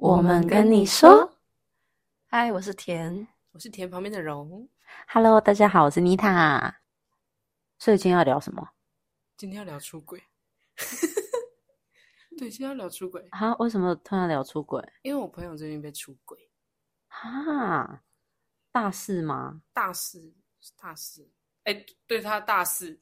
我们跟你说。 嗨，我是田， 我是田旁边的荣。 Hello，大家好，我是妮塔。所以今天要聊什么？ 今天要聊出轨。对，今天要聊出轨。 啊，为什么突然聊出轨？ 因为我朋友最近被出轨。 啊，大事吗？ 大事，大事。对，他大事。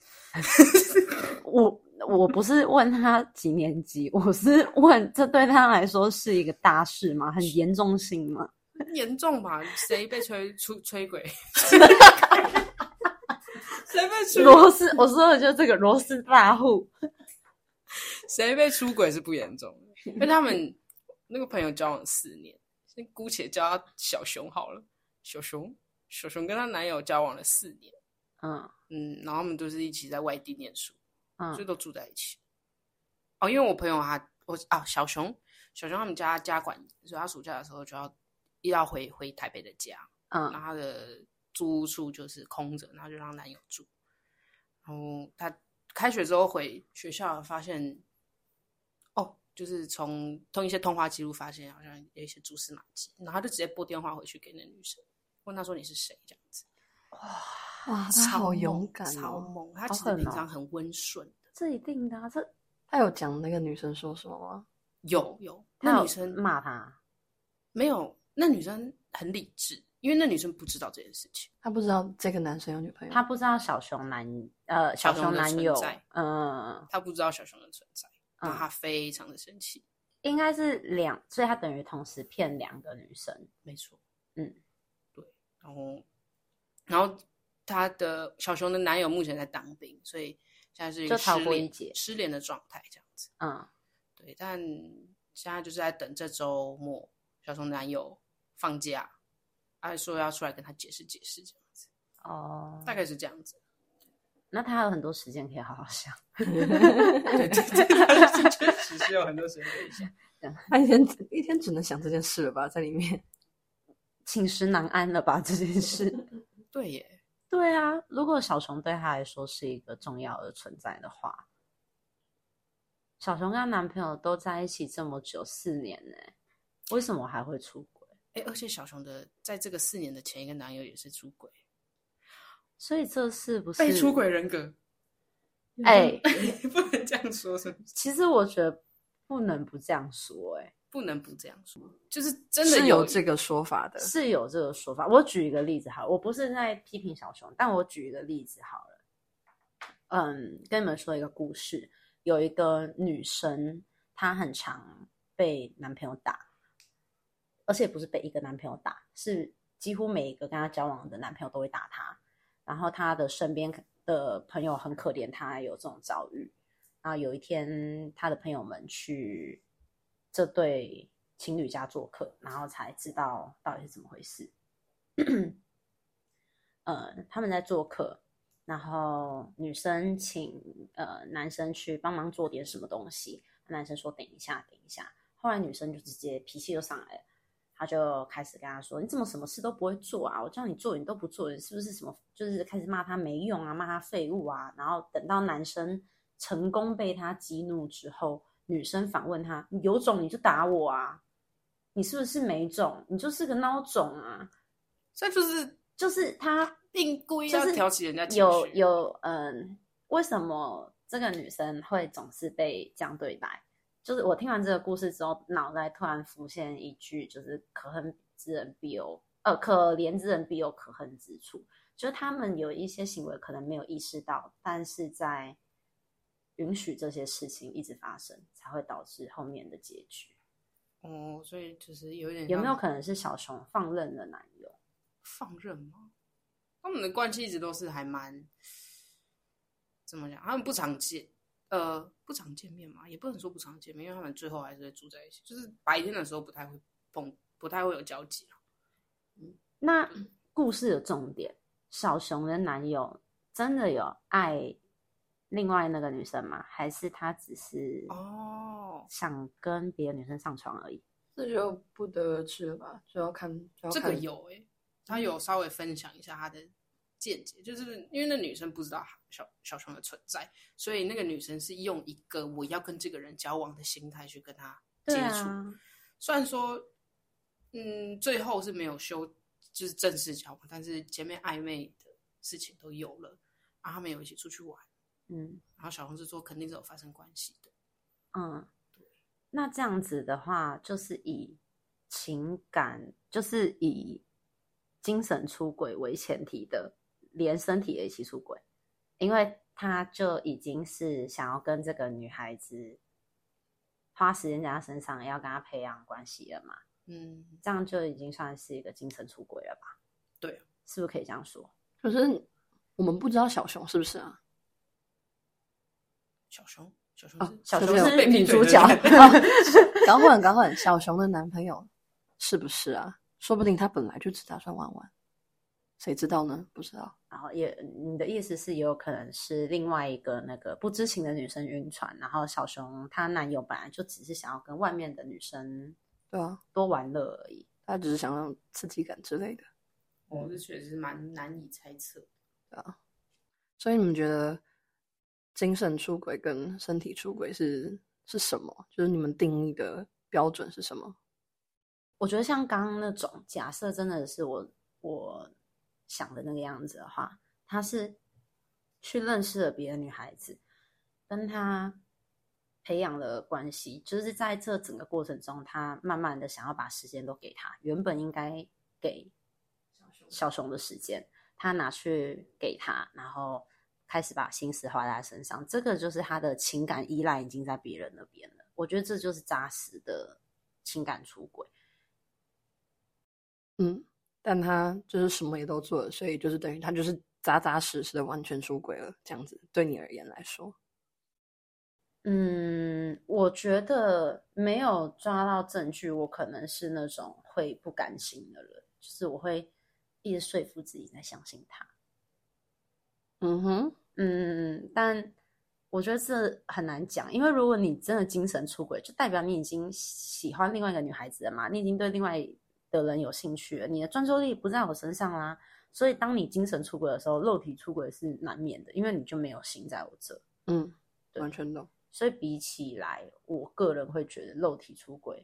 我不是问他几年级，我是问这对他来说是一个大事吗？很严重性吗？ 很严重吧？谁被吹轨？谁被出螺丝？我说的就是这个螺丝大户。 谁被出轨是不严重的，因为他们那个朋友交往4年，先姑且叫他小熊好了。小熊跟她男友交往了4年。然后他们都是一起在外地念书，所以都住在一起。因为我朋友小熊他们家管，所以他暑假的时候就要回台北的家。然后他的租屋处就是空着，然后就让男友住。然后他开学之后回学校，发现就是从一些通话记录发现好像有一些蛛丝马迹，然后他就直接拨电话回去给那女生，问她说你是谁这样子。 哇，他好勇敢哦， 超猛！他其实平常很温顺的。 这一定的啊。 他有讲那个女生说什么吗？ 有，那女生骂他？ 没有，那女生很理智，因为那女生不知道这件事情。 他不知道这个男生有女朋友， 他不知道小熊男友， 他不知道小熊的存在，然后他非常的生气。 应该是所以他等于同时骗2个女生。 没错。对。然后他的小熊的男友目前在当兵，所以现在是一个失联的状态这样子。对，但现在就是在等这周末小熊男友放假，他说要出来跟他解释这样子。大概是这样子。 那他有很多时间可以好好想。 对，确实是有很多时间可以想。 他一天只能想这件事了吧，在里面寝食难安了吧这件事。 对耶。 对啊，如果小熊对他来说是一个重要的存在的话，小熊跟她男朋友都在一起这么久4年呢，为什么还会出轨？ 而且小熊的在这个4年的前一个男友也是出轨， 所以这是不是被出轨人格？不能这样说是不是？ 其实我觉得不能不这样说。 不能不这样说，就是真的是有这个说法的， 是有这个说法。我举一个例子好了，我不是在批评小熊，但我举一个例子好了。跟你们说一个故事。有一个女生，她很常被男朋友打，而且不是被一个男朋友打，是几乎每一个跟她交往的男朋友都会打她。然后她的身边的朋友很可怜她有这种遭遇。然后有一天，她的朋友们去这对情侣家做客，然后才知道到底是怎么回事。他们在做客，然后女生请男生去帮忙做点什么东西，男生说等一下。后来女生就直接脾气就上来了，他就开始跟他说：“你怎么什么事都不会做啊？我叫你做你都不做，你是不是什么？”就是开始骂他没用啊，骂他废物啊。然后等到男生成功被他激怒之后，女生反问他：“你有种你就打我啊！你是不是没种？你就是个孬种啊！” 这就是他并故意要挑起人家情绪。 为什么这个女生会总是被这样对待？就是我听完这个故事之后，脑袋突然浮现一句，就是可怜之人必有可恨之处。就是他们有一些行为可能没有意识到，但是在允许这些事情一直发生，才会导致后面的结局。 所以就是有点有没有可能是小熊放任了男友？ 放任吗？他们的关系一直都是还蛮怎么讲？他们不常见面嘛，也不能说不常见面，因为他们最后还是会住在一起，就是白天的时候不太会有交集。 那故事的重点，小熊的男友真的有爱另外那个女生吗？还是他只是想跟别的女生上床而已？ 这就不得而知了吧，就要看这个有他有稍微分享一下他的见解，就是因为那女生不知道小熊的存在，所以那个女生是用一个我要跟这个人交往的心态去跟他接触。 虽然说，最后是没有就是正式交往，但是前面暧昧的事情都有了，然后他们有一起出去玩，然后小红是说肯定是有发生关系的， 对。那这样子的话，就是以情感，就是以精神出轨为前提的，连身体也一起出轨，因为他就已经是想要跟这个女孩子花时间在她身上，要跟她培养关系了嘛。这样就已经算是一个精神出轨了吧？ 对， 是不是可以这样说？ 可是我们不知道小熊是不是啊？ 小熊小熊是是女主角。 搞混，小熊的男朋友是不是啊？说不定他本来就只打算玩玩，谁知道呢？不知道。 然后你的意思是，也有可能是另外一个那个不知情的女生晕船，然后小熊她男友本来就只是想要跟外面的女生对啊多玩乐而已， 他只是想要刺激感之类的。 我是确实蛮难以猜测。 对啊，所以你们觉得精神出轨跟身体出轨是什么？就是你们定义的标准是什么？ 我觉得像刚刚那种假设真的是我想的那个样子的话，他是去认识了别的女孩子，跟他培养了关系，就是在这整个过程中，他慢慢的想要把时间都给他，原本应该给小熊的时间，他拿去给他，然后开始把心思花在他身上，这个就是他的情感依赖已经在别人那边了。我觉得这就是扎实的情感出轨。 但他就是什么也都做了，所以就是等于他就是扎扎实实的完全出轨了，这样子对你而言来说。 我觉得没有抓到证据，我可能是那种会不甘心的人，就是我会一直说服自己在相信他。但我觉得这很难讲，因为如果你真的精神出轨，就代表你已经喜欢另外一个女孩子了嘛，你已经对另外的人有兴趣了，你的专注力不在我身上啦。所以当你精神出轨的时候，肉体出轨是难免的，因为你就没有心在我这。 完全懂。 所以比起来，我个人会觉得肉体出轨，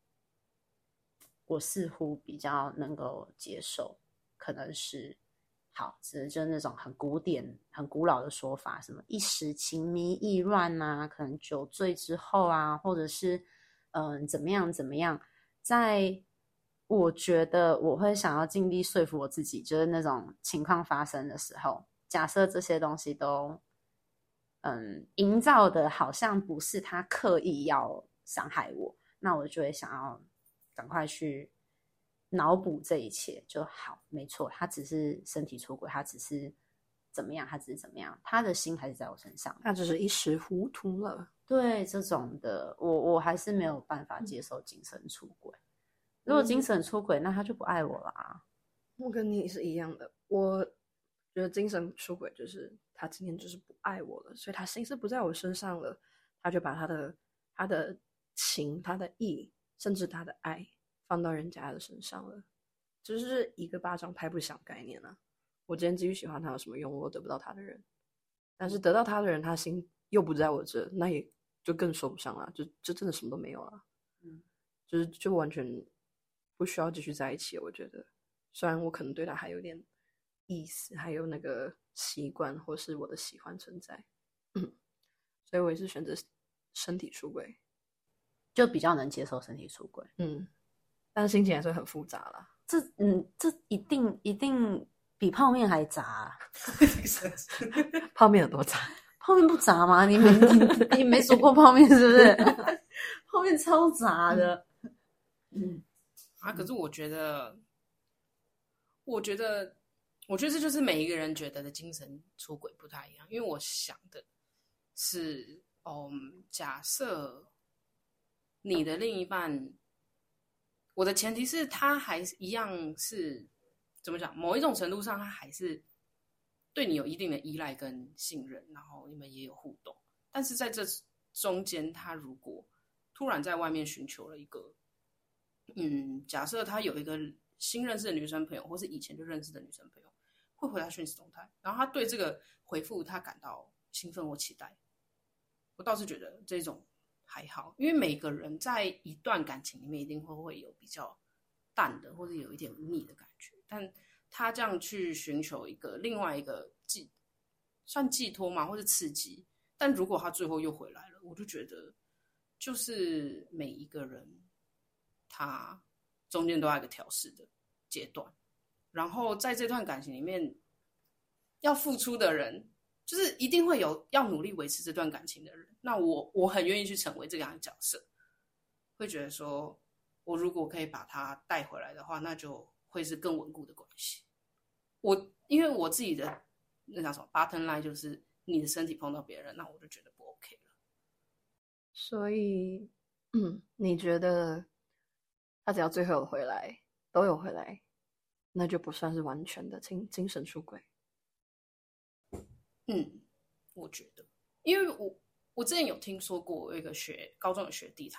我似乎比较能够接受，可能是好，只是就是那种很古典、很古老的说法，什么一时情迷意乱啊，可能酒醉之后啊，或者是怎么样怎么样，在我觉得我会想要尽力说服我自己，就是那种情况发生的时候，假设这些东西都营造的好像不是他刻意要伤害我，那我就会想要赶快去脑补这一切就好。没错，他只是身体出轨，他只是怎么样，他只是怎么样，他的心还是在我身上， 他只是一时糊涂了。 对，这种的我还是没有办法接受精神出轨。如果精神出轨，那他就不爱我啦。 我跟你是一样的，我觉得精神出轨就是他今天就是不爱我了，所以他心思不在我身上了，他就把他的情、他的意，甚至他的爱放到人家的身上了，就是一个巴掌拍不响概念啊。我今天继续喜欢他有什么用？我得不到他的人，但是得到他的人，他心又不在我这，那也就更说不上了，就真的什么都没有了。就完全不需要继续在一起。我觉得，虽然我可能对他还有点意思，还有那个习惯或是我的喜欢存在，所以我也是选择身体出轨， 就比较能接受身体出轨。 但是心情还是很复杂啦。 这一定比泡面还杂。 泡面有多杂？ 泡面不杂吗？你没煮过泡面是不是？泡面超杂的。 可是我觉得这就是每一个人觉得的精神出轨不太一样。因为我想的是，假设你的另一半，我的前提是他还是一样是怎么讲？某一种程度上，他还是对你有一定的依赖跟信任，然后你们也有互动。但是在这中间，他如果突然在外面寻求了一个，假设他有一个新认识的女生朋友，或是以前就认识的女生朋友，会回他讯息动态，然后他对这个回复他感到兴奋或期待，我倒是觉得这种还好，因为每个人在一段感情里面一定会有比较淡的，或者有一点腻的感觉，但他这样去寻求另外一个算寄托嘛，或是刺激，但如果他最后又回来了，我就觉得就是每一个人他中间都有一个调试的阶段，然后在这段感情里面要付出的人，就是一定会有要努力维持这段感情的人。那我很愿意去成为这样的角色，会觉得说我如果可以把他带回来的话，那就会是更稳固的关系。因为我自己的那叫什么 bottom line 就是你的身体碰到别人，那我就觉得不 OK 了。 所以你觉得他只要最后有回来，都有回来，那就不算是完全的精神出轨？ 我觉得，因为我之前有听说过，我有一个高中的学弟，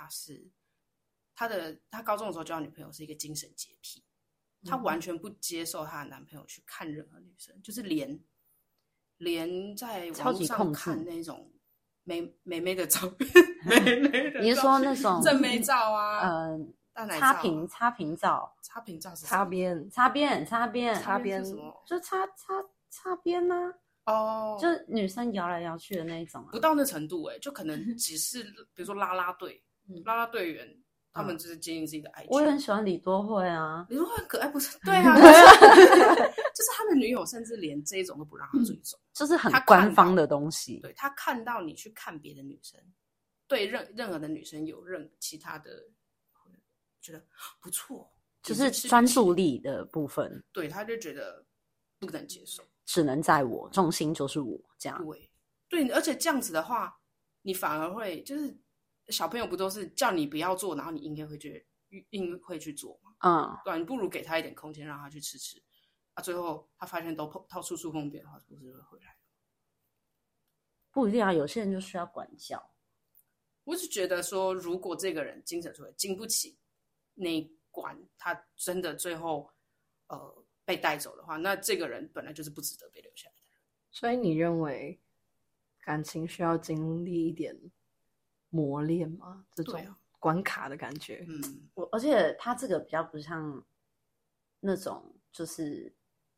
他高中的时候交的女朋友是一个精神洁癖，他完全不接受他的男朋友去看任何女生，就是连在网络上看那种美眉的照片，美眉的， 你是说那种正妹照啊？大奶照啊、 擦屏照是擦边是什么？ 就擦边啊。就是女生摇来摇去的那一种啊， 不到那程度就可能只是比如说啦啦队，啦啦队员他们就是经营自己的 IG。 我也很喜欢李多惠啊， 李多惠很可爱，不是？对啊，就是他的女友甚至连这一种都不让他追踪， 就是很官方的东西。 对，他看到你去看别的女生，对任何的女生有其他的，觉得不错， 就是专注力的部分。 对，他就觉得不能接受。 只能在我，重心就是我这样。 对，而且这样子的话，你反而会就是小朋友不都是叫你不要做，然后你应该会去做嘛？对，你不如给他一点空间，让他去吃啊。最后他发现都处处碰壁的话，不是会回来？ 不一定啊，有些人就需要管教。 我是觉得说，如果这个人精神出轨经不起那一关，他真的最后被带走的话，那这个人本来就是不值得被留下来的人。 所以你认为感情需要经历一点磨练吗？这种关卡的感觉。 而且他这个比较不像那种就是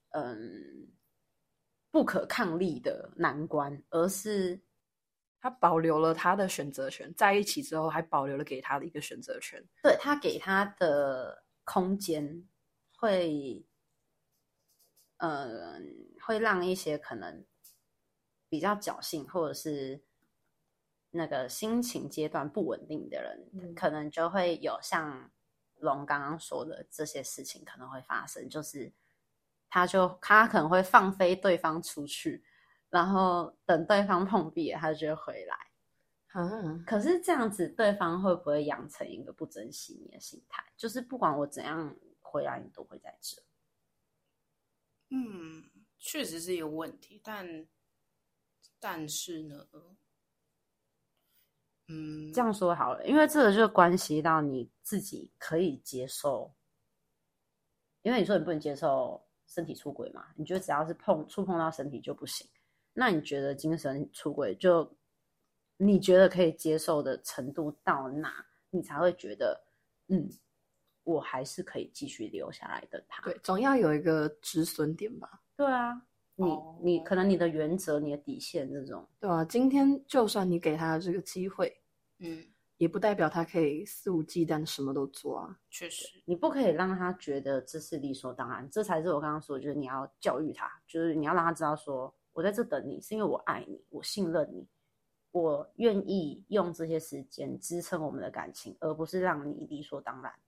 不可抗力的难关，而是他保留了他的选择权，在一起之后还保留了给他的一个选择权。 对，他给他的空间会让一些可能比较侥幸或者是那个心情阶段不稳定的人，可能就会有像龙刚刚说的这些事情可能会发生，就是他可能会放飞对方出去，然后等对方碰壁了，他就会回来。可是这样子对方会不会养成一个不珍惜你的心态，就是不管我怎样回来你都会在这？ 确实是一个问题，但是呢， 这样说好了，因为这个就关系到你自己可以接受，因为你说你不能接受身体出轨嘛，你觉得只要是触碰到身体就不行，那你觉得精神出轨就你觉得可以接受的程度到哪，你才会觉得我还是可以继续留下来等他？ 对，总要有一个止损点吧。 对啊，你可能你的原则、你的底线这种， 对啊，今天就算你给他这个机会，也不代表他可以肆无忌惮什么都做啊。 确实， 你不可以让他觉得这是理所当然，这才是我刚刚说的，就是你要教育他，就是你要让他知道说，我在这等你是因为我爱你，我信任你，我愿意用这些时间支撑我们的感情，而不是让你理所当然。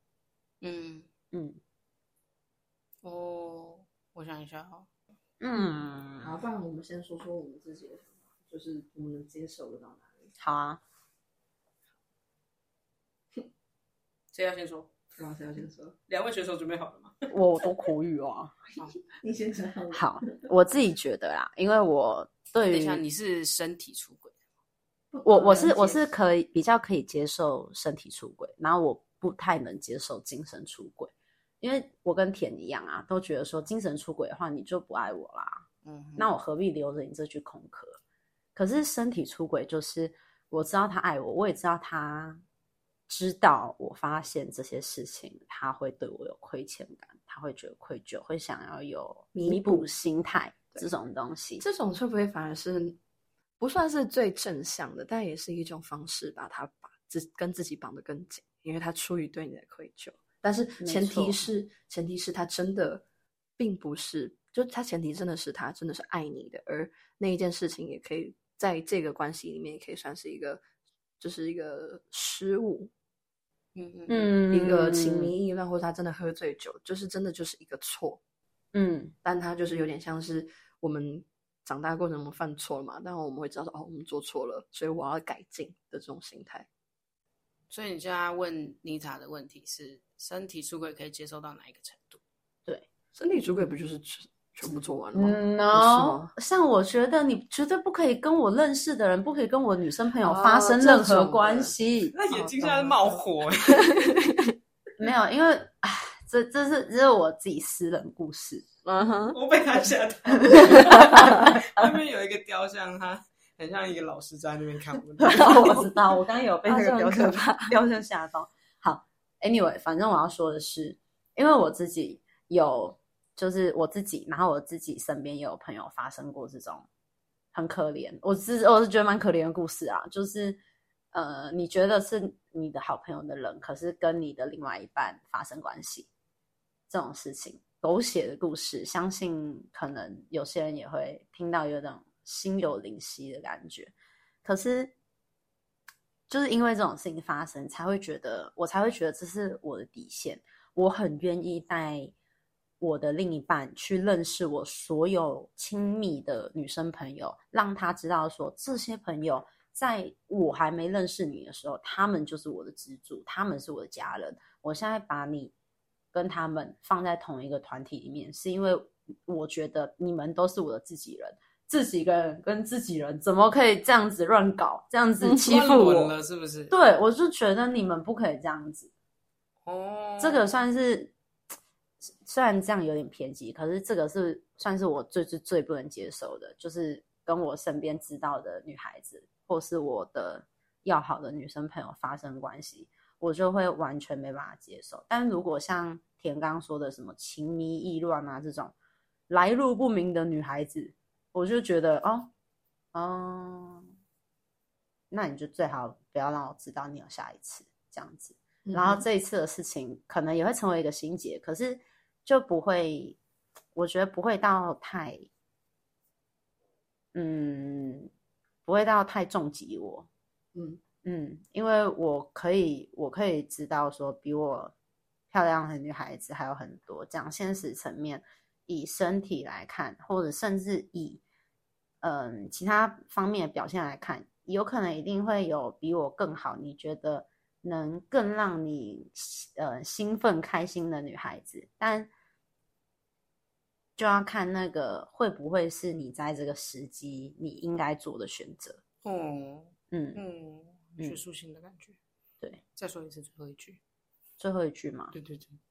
我想一下哈。 好，不然我们先说说我们自己的想法，就是我们能接受得到哪里？ 好啊， 谁要先说？ 谁要先说？ 两位选手准备好了吗？ 我都口语哦。 你先说。 好，我自己觉得啦，因为我对于等一下，你是身体出轨？ 我是比较可以接受身体出轨，然后我不太能接受精神出轨。因为我跟田一样啊，都觉得说精神出轨的话，你就不爱我啦。那我何必留着你这具空壳？可是身体出轨就是我知道他爱我，我也知道他知道我发现这些事情，他会对我有亏欠感，他会觉得愧疚，会想要有弥补心态这种东西。 这种会不会反而是不算是最正向的，但也是一种方式，把他跟自己绑得更紧，因为他出于对你的愧疚。但是前提是他真的并不是，就他前提真的是他真的是爱你的，而那一件事情也可以在这个关系里面也可以算是一个就是一个失误，一个情迷意乱，或者他真的喝醉酒，就是真的就是一个错，但他就是有点像是我们长大过程中犯错了嘛，但我们会知道说我们做错了，所以我要改进的这种心态。 所以你现在问妮塔的问题是身体出轨可以接受到哪一个程度？ 对， 身体出轨不就是全部做完了吗 ？No， 像我觉得你绝对不可以跟我认识的人，不可以跟我女生朋友发生任何关系。 那眼睛现在冒火没有，因为这是我自己私人故事。 我被他吓到。那边有一个雕像，他很像一个老师在那边看我。 我知道，我刚刚有被那个雕像吓到。好 ，anyway， 反正我要说的是，因为我自己有，就是我自己，然后我自己身边也有朋友发生过这种很可怜，我是觉得蛮可怜的故事啊，就是你觉得是你的好朋友的人，可是跟你的另外一半发生关系，这种事情，狗血的故事，相信可能有些人也会听到有种心有灵犀的感觉。可是就是因为这种事情发生，我才会觉得这是我的底线。我很愿意带我的另一半去认识我所有亲密的女生朋友，让他知道说这些朋友在我还没认识你的时候，他们就是我的支柱，他们是我的家人。我现在把你跟他们放在同一个团体里面，是因为我觉得你们都是我的自己人，自己人跟自己人怎么可以这样子乱搞，这样子欺负我了是不是？ 对，我就觉得你们不可以这样子。这个算是虽然这样有点偏激，可是这个是算是我最不能接受的，就是跟我身边知道的女孩子或是我的要好的女生朋友发生关系，我就会完全没办法接受。但如果像田刚说的什么情迷意乱啊这种来路不明的女孩子，我就觉得那你就最好不要让我知道你有下一次这样子。然后这一次的事情可能也会成为一个心结，可是就不会，我觉得不会到太重击我。因为我可以知道说比我漂亮的女孩子还有很多，讲现实层面，以身体来看，或者甚至以其他方面的表现来看，有可能一定会有比我更好，你觉得能更让你兴奋开心的女孩子，但就要看那个会不会是你在这个时机你应该做的选择。 学术性的感觉。 对， 再说一次最后一句嘛。 对，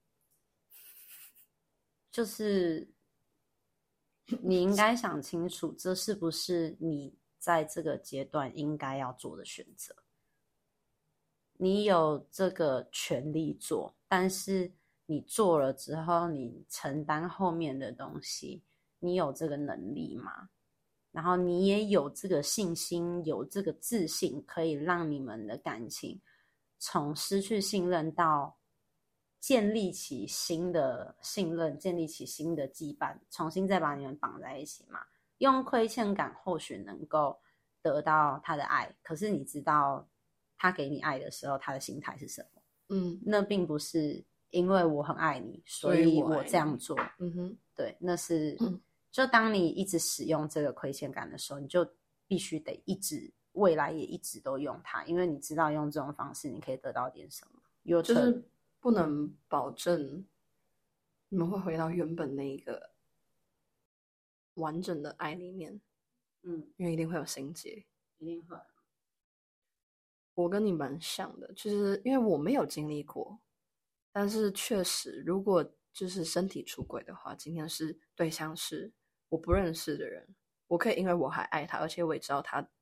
就是你应该想清楚，这是不是你在这个阶段应该要做的选择。你有这个权利做，但是你做了之后，你承担后面的东西，你有这个能力吗？然后你也有这个信心，有这个自信，可以让你们的感情从失去信任到建立起新的信任，建立起新的羁绊，重新再把你们绑在一起嘛。用亏欠感或许能够得到他的爱，可是你知道他给你爱的时候他的心态是什么。那并不是因为我很爱你所以我这样做。对，那是就当你一直使用这个亏欠感的时候，你就必须得未来也一直都用它，因为你知道用这种方式你可以得到点什么。 就是不能保证你们会回到原本那一个完整的爱里面。因为一定会有心结。 一定会。 我跟你蛮像的，就是因为我没有经历过，但是确实如果就是身体出轨的话，今天是对象是我不认识的人，我可以因为我还爱他，而且我也知道他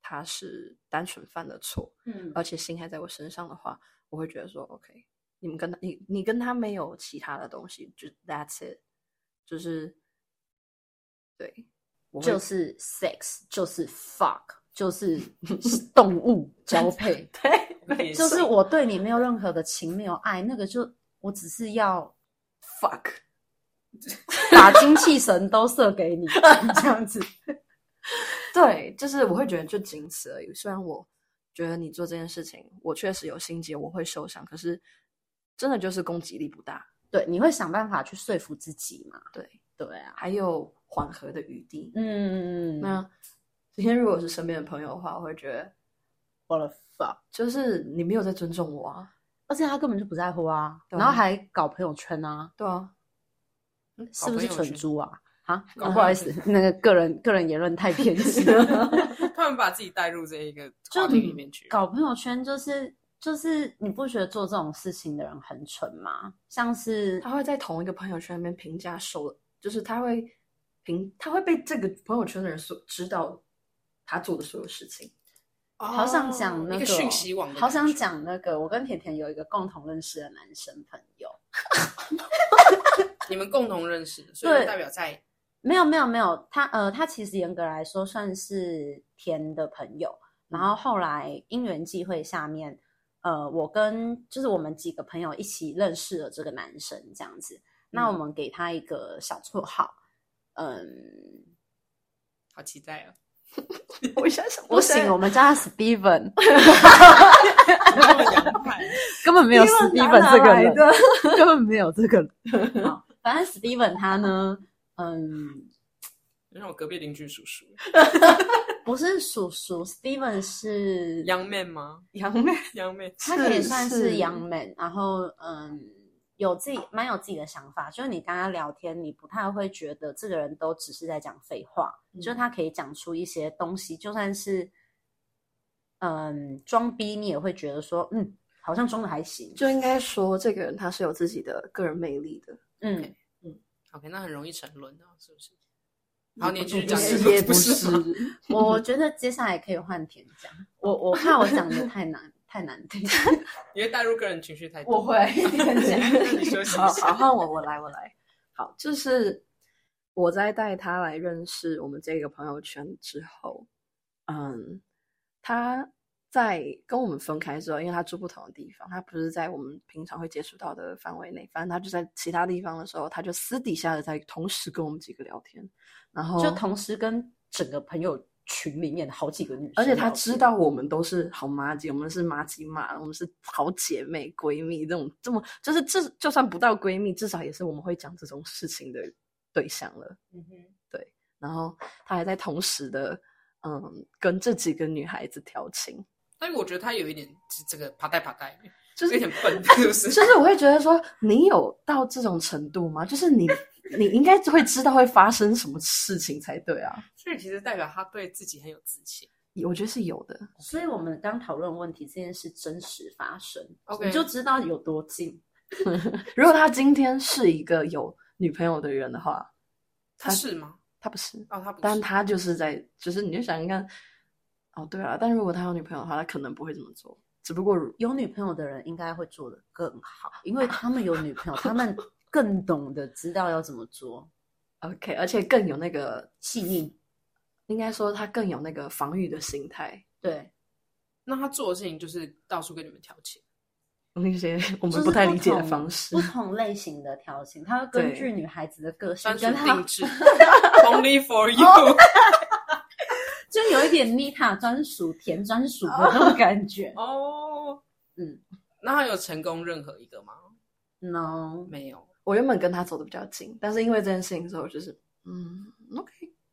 他是单纯犯了错，而且心还在我身上的话，我会觉得说 OK， 你跟他没有其他的东西，就 that's it， 就是对， 就是 sex， 就是 fuck， 就是动物交配， 对， 就是我对你没有任何的情，没有爱，那个就我只是要 fuck， 把精气神都射给你这样子。 对，就是我会觉得就仅此而已。虽然我觉得你做这件事情，我确实有心结，我会受伤，可是真的就是攻击力不大。 对，你会想办法去说服自己嘛？对啊， 还有缓和的余地。那今天如果是身边的朋友的话，我会觉得 what the fuck， 就是你没有在尊重我啊， 而且他根本就不在乎啊，然后还搞朋友圈啊， 对啊， 是不是蠢猪啊？啊，不好意思，那个个人言论太偏激了。 他们把自己带入这一个话题里面去。 搞朋友圈就是你不觉得做这种事情的人很蠢吗？像是他会在同一个朋友圈里面评价就是他会被这个朋友圈的人所知道他做的所有事情。 好想讲那一个讯息网的感觉， 好想讲那个，我跟甜甜有一个共同认识的男生朋友。 你们共同认识的，所以代表在没有，他其实严格来说算是甜的朋友，然后后来因缘际会下面，我跟就是我们几个朋友一起认识了这个男生这样子，那我们给他一个小绰号， 好期待啊！ 我想想， 不行，我们叫他 Steven， 根本没有 Steven 这个人，根本没有这个人。好，反正 Steven 他呢， 让我隔壁邻居叔叔， 不是叔叔 ，Steven 是 young man 吗 ？young man， 他可以算是 young man， 然后蛮有自己的想法，就是你跟他聊天，你不太会觉得这个人都只是在讲废话，就是他可以讲出一些东西，就算是装逼，你也会觉得说好像装的还行， 就应该说这个人他是有自己的个人魅力的。 OK， 那很容易沉沦啊，是不是？好，你继续讲， 也不是。 我觉得接下来可以换甜讲，我怕我讲的太难听， 你会带入个人情绪太多。 我会你休息一下。 好，换我来。好，就是我在带他来认识我们这个朋友圈之后，他在跟我们分开之后，因为他住不同的地方，他不是在我们平常会接触到的范围内，反正他就在其他地方的时候，他就私底下的在同时跟我们几个聊天，然后就同时跟整个朋友群里面好几个女生， 而且他知道我们都是好麻吉，我们是麻吉嘛，我们是好姐妹闺蜜，这么就是就算不到闺蜜，至少也是我们会讲这种事情的对象了。对，然后他还在同时的跟这几个女孩子调情。 但是我觉得他有一点这个爬带，就是有点笨，是不是？ 就是我会觉得说，你有到这种程度吗？就是你应该会知道会发生什么事情才对啊。 所以其实代表他对自己很有自信， 我觉得是有的。 所以我们刚讨论问题，这件事真实发生， okay. 你就知道有多近。 如果他今天是一个有女朋友的人的话， 他是吗？ 他不是哦，他不是， 但他就是就是你就想看。哦，对啊，但如果他有女朋友的话，他可能不会这么做。只不过有女朋友的人应该会做得更好，因为他们有女朋友，他们更懂得知道要怎么做。 OK， 而且更有那个细腻， 应该说他更有那个防御的心态。 对， 那他做的事情就是到处跟你们调情， 那些我们不太理解的方式， 不同类型的调情，他会根据女孩子的个性跟他定制，Only for you。 就有一点妮塔专属、甜专属的那种感觉哦。那他有成功任何一个吗 ？No， 没有。 我原本跟他走的比较近，但是因为这件事情之后，就是OK，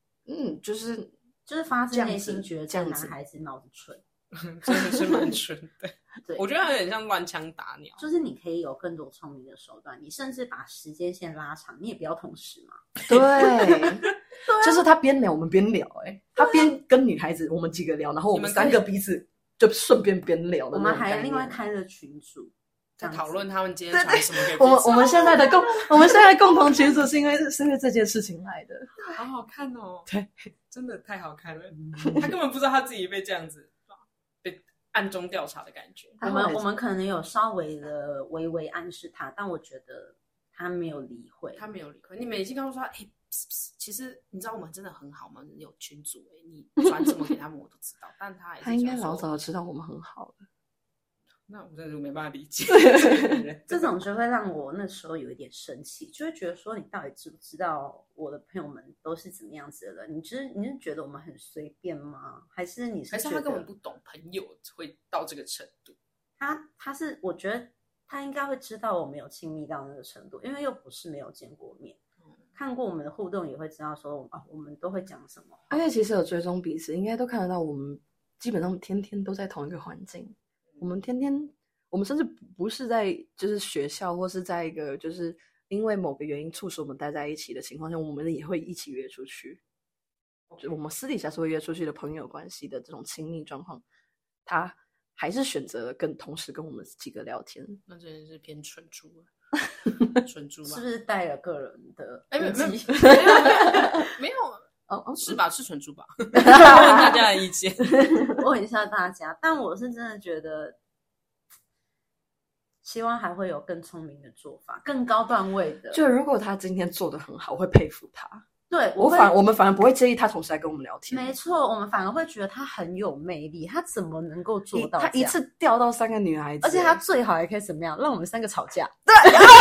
就是发自内心觉得这男孩子脑子蠢， 真的是蛮蠢的。 对， 我觉得他有点像乱枪打鸟， 就是你可以有更多聪明的手段，你甚至把时间线拉长，你也不要同时嘛。 对。就是他边聊我们边聊，他边跟女孩子我们几个聊，然后我们三个彼此就顺便边聊的。 我们还另外开了群组， 在讨论他们今天传什么给彼此。 我们现在的共同群组是因为这件事情来的， 好好看哦， 对， 真的太好看了。他根本不知道他自己被这样子被暗中调查的感觉。 我们可能有稍微的微微暗示他，但我觉得他没有理会。 你们已经告诉他，其实你知道我们真的很好吗？有群组你传什么给他们我都知道，但他应该老早就知道我们很好了。 那我真的没办法理解这种就会让我那时候有一点生气，就会觉得说你到底知不知道我的朋友们都是怎么样子的人？你是觉得我们很随便吗？还是他根本不懂朋友会到这个程度？ 他是我觉得他应该会知道我们有亲密到那个程度，因为又不是没有见过面，看过我们的互动也会知道说我们都会讲什么。 而且其实有追踪彼此，应该都看得到我们基本上天天都在同一个环境。我们甚至不是在就是学校或是在一个就是因为某个原因促使我们待在一起的情况下，我们也会一起约出去。就我们私底下是会约出去的朋友关系的这种亲密状况，他还是选择同时跟我们几个聊天。 那真的是偏蠢猪了。蠢猪吧？ 是不是带了个人的？ 没有是吧？是蠢猪吧？问大大家的意见， 问一下大家。但我是真的觉得，希望还会有更聪明的做法，更高段位的。 就如果他今天做得很好，我会佩服他。 对， 我们反而不会介意他同时来跟我们聊天。 没错，我们反而会觉得他很有魅力，他怎么能够做到这样？ 他一次钓到3个女孩子， 而且他最好也可以怎么样，让我们3个吵架。对，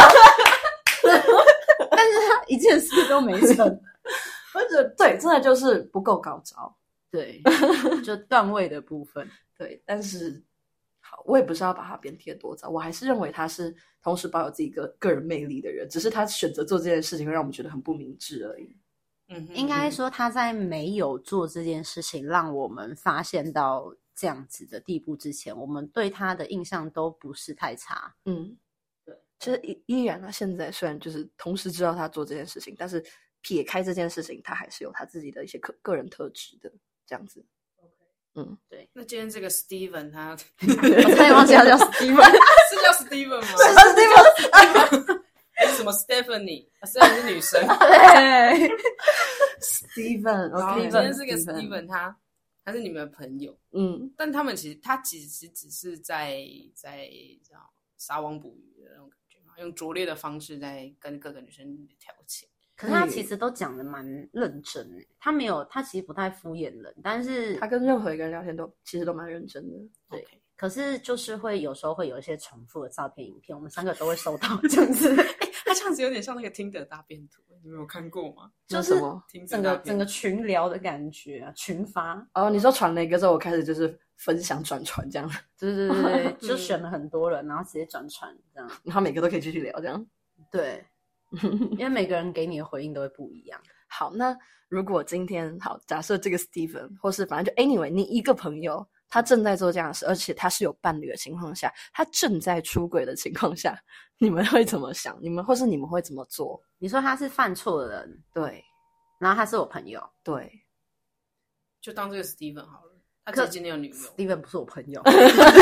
但是他一件事都没成。 我觉得对，真的就是不够高招。 对，就段位的部分。 对，但是好，我也不是要把他贬低多糟，我还是认为他是同时保有自己个人魅力的人，只是他选择做这件事情会让我们觉得很不明智而已。 应该说他在没有做这件事情让我们发现到这样子的地步之前，我们对他的印象都不是太差。 对，其实依然他现在虽然就是同时知道他做这件事情，但是撇开这件事情，他还是有他自己的一些个人特质的这样子。 对。 那今天这个 Steven 他我差点忘记他叫 Steven 是叫 Steven 吗？ 是 Steven 还是什么 Stephanie？Stephanie 是女生。 对 Steven， 今天是个 Steven， 他是你们的朋友，但他其实只是在撒网捕鱼的那种感觉嘛，用拙劣的方式在跟各个女生调情。 可是他其实都讲的蛮认真的，他其实不太敷衍人，但是他跟任何一个人聊天其实都蛮认真的。 对，可是就是有时候会有一些重复的照片、影片，我们3个都会收到这样子。 他这样子有点像那个Tinder大变图，你们有看过吗？ 就是整个群聊的感觉，群发。 哦，你说传了一个之后，我开始就是分享转传这样。 对，就选了很多人，然后直接转传这样， 然后每个都可以继续聊这样。 对。因为每个人给你的回应都会不一样。 好，那如果今天假设这个 Steven 或是反正就 anyway 你一个朋友他正在做这样的事，而且他是有伴侣的情况下，他正在出轨的情况下，你们会怎么想？你们会怎么做？ 你说他是犯错的人， 对， 然后他是我朋友， 对， 就当这个 Steven 好了。他可今天有女友 ，Steven 不是我朋友。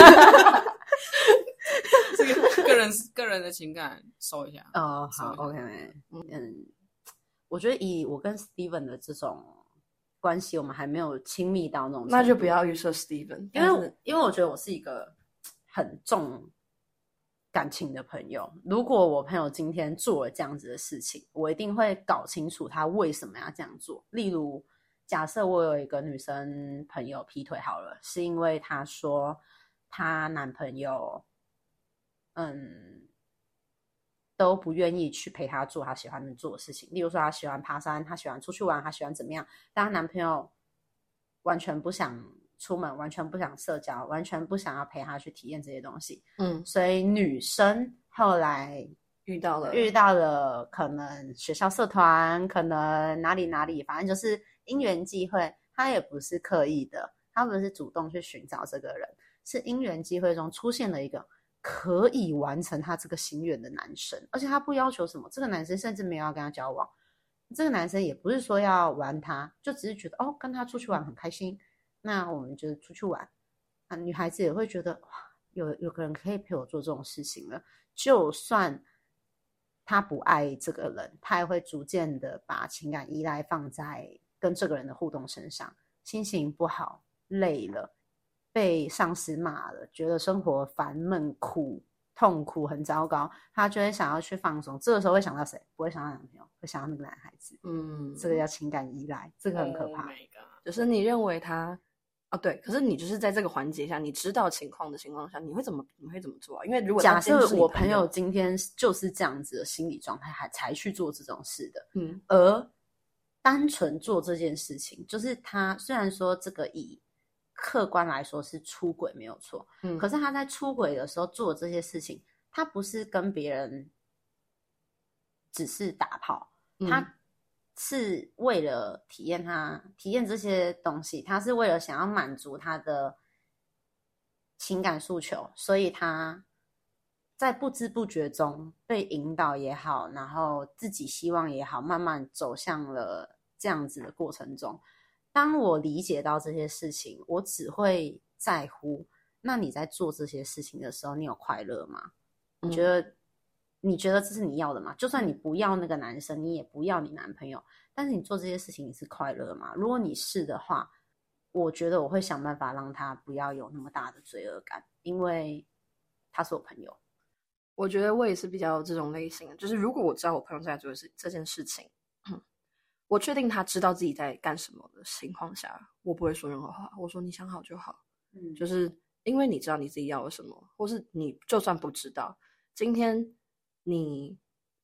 这个个人的情感收一下。 好 ，OK， 我觉得以我跟 Steven 的这种关系，我们还没有亲密到那种程度， 那就不要预设 Steven， 因为我觉得我是一个很重感情的朋友。如果我朋友今天做了这样子的事情，我一定会搞清楚他为什么要这样做。例如，假设我有一个女生朋友劈腿好了，是因为她说她男朋友都不愿意去陪她做她喜欢做的事情，例如说她喜欢爬山，她喜欢出去玩，她喜欢怎么样，但她男朋友完全不想出门，完全不想社交，完全不想要陪她去体验这些东西。所以女生后来遇到了可能学校社团，可能哪里，反正就是因缘际会，她也不是刻意的，她不是主动去寻找这个人，是因缘际会中出现了一个可以完成他这个心愿的男生，而且他不要求什么，这个男生甚至没有要跟他交往，这个男生也不是说要玩他，就只是觉得跟他出去玩很开心，那我们就出去玩。女孩子也会觉得哇， 有个人可以陪我做这种事情了，就算他不爱这个人，他也会逐渐的把情感依赖放在跟这个人的互动身上。心情不好，累了，被上司骂了，觉得生活烦闷苦痛苦很糟糕，他就会想要去放松。这个时候会想到谁？不会想到男朋友，会想到那个男孩子。这个叫情感依赖，这个很可怕。 就是你认为他对，可是你就是在这个环节下，你知道情况的情况下，你会怎么做啊？因为如果假设我朋友今天就是这样子的心理状态，才去做这种事的，而单纯做这件事情，就是他虽然说这个以客观来说是出轨没有错，可是他在出轨的时候做这些事情，他不是跟别人只是打炮，他是为了体验这些东西，他是为了想要满足他的情感诉求，所以他在不知不觉中被引导也好，然后自己希望也好，慢慢走向了这样子的过程中。当我理解到这些事情，我只会在乎，那你在做这些事情的时候，你有快乐吗？你觉得这是你要的吗？就算你不要那个男生，你也不要你男朋友，但是你做这些事情你是快乐吗？如果你是的话，我觉得我会想办法让他不要有那么大的罪恶感，因为他是我朋友。 我觉得我也是比较这种类型的，就是如果我知道我朋友在做这件事情，我确定他知道自己在干什么的情况下，我不会说任何话。我说你想好就好，就是因为你知道你自己要的什么，或是你就算不知道，今天你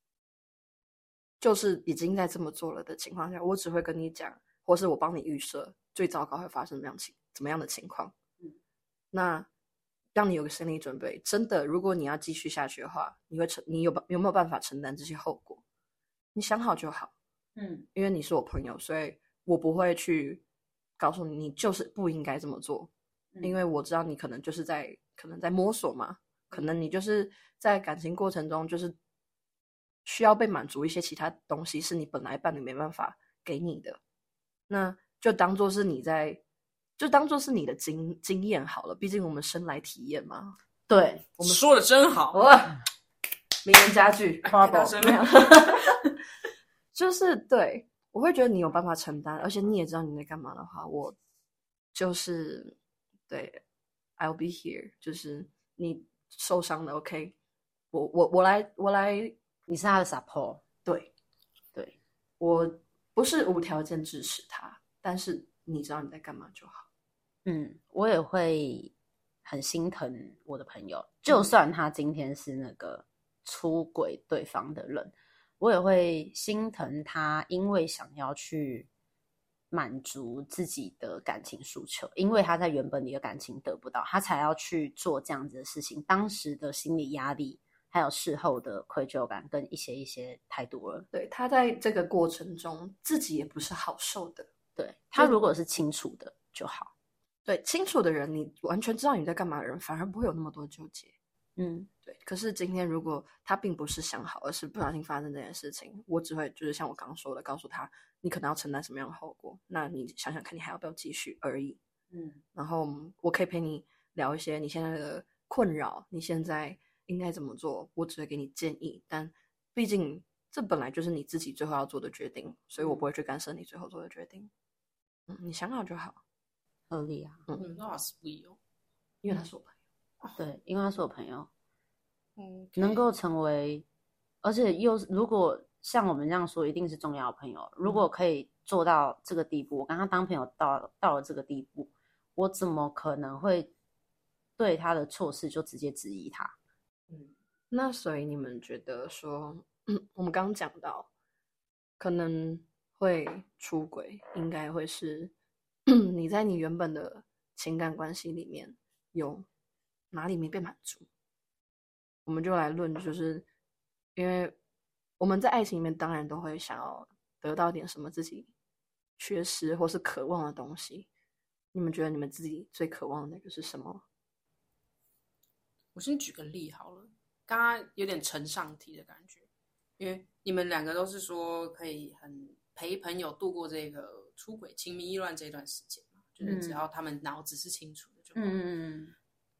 就是已经在这么做了的情况下，我只会跟你讲，或是我帮你预设最糟糕会发生怎么样的情况。那让你有个心理准备，真的，如果你要继续下去的话，你有没有办法承担这些后果？你想好就好。因为你是我朋友，所以我不会去告诉你就是不应该这么做，因为我知道你可能在摸索嘛，可能你就是在感情过程中就是需要被满足一些其他东西，是你本来伴侣没办法给你的，那就当做是你的经验好了，毕竟我们生来体验嘛。 对， 我们说的真好， 名言佳句，花宝没有。就是对，我会觉得你有办法承担，而且你也知道你在干嘛的话，我就是对 ，I'll be here， 就是你受伤了 ，OK， 我来， 你是他的 support， 对，我不是无条件支持他，但是你知道你在干嘛就好。 我也会很心疼我的朋友，就算他今天是那个出轨对方的人。我也会心疼他，因为想要去满足自己的感情诉求，因为他在原本的感情得不到，他才要去做这样子的事情。当时的心理压力，还有事后的愧疚感，跟一些太多了。 对，他在这个过程中自己也不是好受的。 对，他如果是清楚的就好。 对，清楚的人，你完全知道你在干嘛的人，反而不会有那么多纠结。对。可是今天如果他并不是想好，而是不小心发生这件事情，我只会就是像我刚刚说的，告诉他你可能要承担什么样的后果，那你想想看你还要不要继续而已。然后我可以陪你聊一些你现在的困扰，你现在应该怎么做，我只会给你建议，但毕竟这本来就是你自己最后要做的决定，所以我不会去干涉你最后做的决定。你想好就好。 合理啊。 那好 sweet 哦， 因为他是我朋友。 对，因为他是我朋友。能够成为，而且又如果像我们这样说，一定是重要的朋友。如果可以做到这个地步，我跟他当朋友到了这个地步，我怎么可能会对他的错事就直接质疑他？ 那所以你们觉得说，我们刚刚讲到，可能会出轨，应该会是你在你原本的情感关系里面有哪里没被满足？我们就来论，就是因为我们在爱情里面当然都会想要得到点什么自己缺失或是渴望的东西。你们觉得你们自己最渴望的那个是什么？ 我先举个例好了，刚刚有点承上题的感觉，因为你们两个都是说可以很陪朋友度过这个出轨、情迷意乱这段时间嘛，就是只要他们脑子是清楚的就好。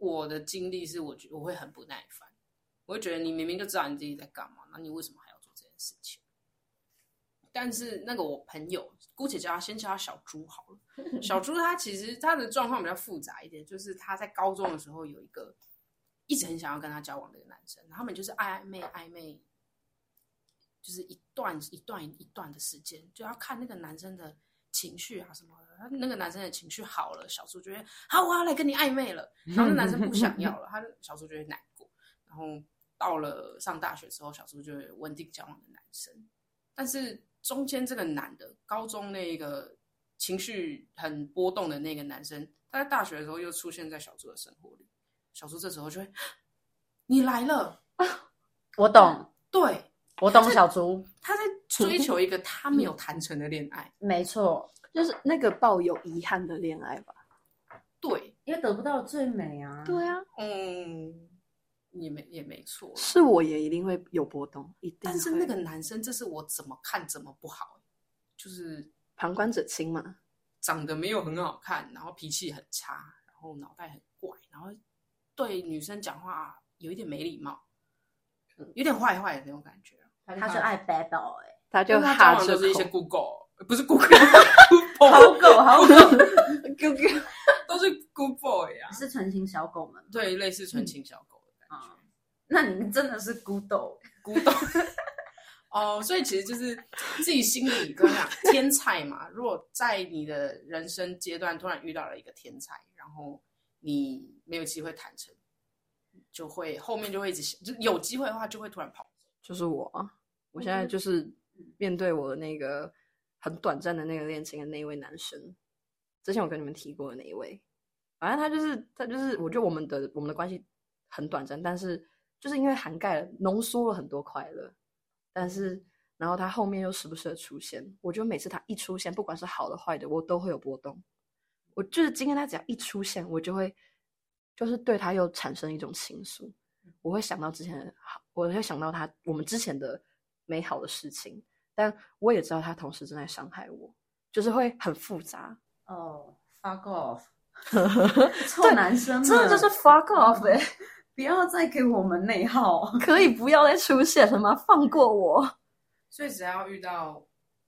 我的经历是，我觉得我会很不耐烦，我会觉得你明明就知道你自己在干嘛，那你为什么还要做这件事情？但是那个我朋友，姑且先叫他小猪好了。小猪他其实他的状况比较复杂一点，就是他在高中的时候有一个一直很想要跟他交往的一个男生，然后他们就是暧昧，就是一段的时间，就要看那个男生的情绪啊什么的。那个男生的情绪好了，小猪就会好，我要来跟你暧昧了。然后那男生不想要了，小猪就会难过。然后到了上大学之后，小猪就会稳定交往的男生，但是中间这个男的，高中那个情绪很波动的那个男生，他在大学的时候又出现在小猪的生活里。小猪这时候就会，你来了， 我懂， 对， 我懂小猪， 他在追求一个他没有谈成的恋爱， 没错， 就是那个抱有遗憾的恋爱吧。 对， 因为得不到最美啊。 对啊， 也没错， 是我也一定会有波动，一定会。 但是那个男生，这是我怎么看怎么不好，就是旁观者清嘛， 长得没有很好看，然后脾气很差，然后脑袋很怪，然后对女生讲话有一点没礼貌，有点坏坏的那种感觉。 他就爱 bad boy， 他就他哈着交往都是一些口 Google，不是 Google， 好狗， 都是 Good Boy 啊， 是纯情小狗们。 对，类似纯情小狗的感觉。 那你真的是孤豆， 孤豆哦，所以其实就是自己心里跟我讲，天才嘛。如果在你的人生阶段突然遇到了一个天才，然后你没有机会谈成，就会后面就会一直想，就有机会的话就会突然跑。 就是我啊，我现在就是面对我的那个很短暂的那个恋情的那一位男生，之前我跟你们提过的那一位，反正他就是，我觉得我们的关系很短暂，但是就是因为涵盖了浓缩了很多快乐，但是然后他后面又时不时的出现，我觉得每次他一出现，不管是好的坏的，我都会有波动。我就是今天他只要一出现，我就会就是对他又产生一种情愫，我会想到之前的好，我会想到我们之前的美好的事情，但我也知道他同时正在伤害我，就是会很复杂。 哦，fuck off， 臭男生们， 真的就是 fuck off 不要再给我们内耗， 可以不要再出现了吗？放过我。 所以只要遇到，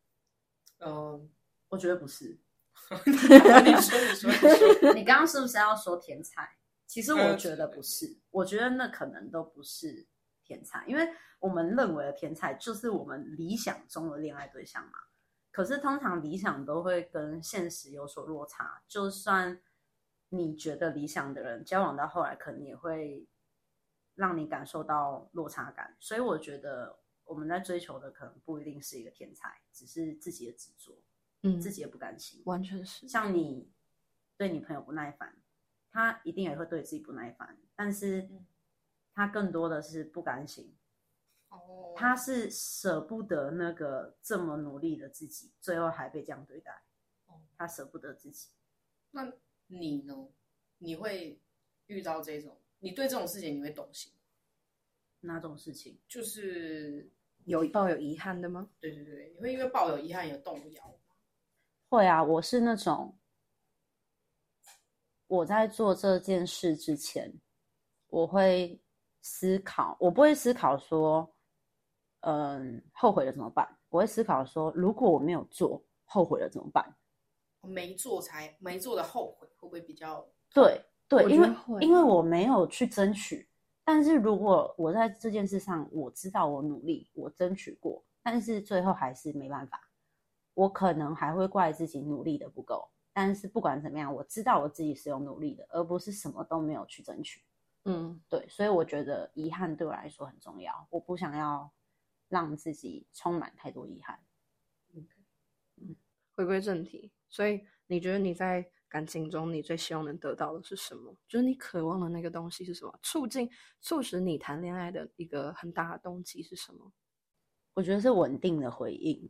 我觉得不是。 你说， 你刚刚是不是要说天才？其实我觉得不是，我觉得那可能都不是天才，因为我们认为的天才就是我们理想中的恋爱对象嘛。可是通常理想都会跟现实有所落差，就算你觉得理想的人，交往到后来可能也会让你感受到落差感。所以我觉得我们在追求的可能不一定是一个天才，只是自己的执着，自己的不甘心。 完全是。 像你对你朋友不耐烦，他一定也会对自己不耐烦，但是他更多的是不甘心。他是舍不得那个这么努力的自己，最后还被这样对待。他舍不得自己。 那你呢？你会遇到这种？你对这种事情你会动心？ 哪种事情？ 就是抱有遗憾的吗？ 对，你会因为抱有遗憾有动摇吗？ 会啊，我是那种我在做这件事之前，我会思考，我不会思考说后悔了怎么办，我会思考说如果我没有做，后悔了怎么办。 没做的后悔会不会比较？ 对，因为我没有去争取，但是如果我在这件事上我知道我努力，我争取过，但是最后还是没办法，我可能还会怪自己努力的不够。但是不管怎么样，我知道我自己是有努力的，而不是什么都没有去争取。对，所以我觉得遗憾对我来说很重要，我不想要让自己充满太多遗憾。 回归正题，所以你觉得你在感情中你最希望能得到的是什么？就是你渴望的那个东西是什么？促使你谈恋爱的一个很大的动机是什么？ 我觉得是稳定的回应。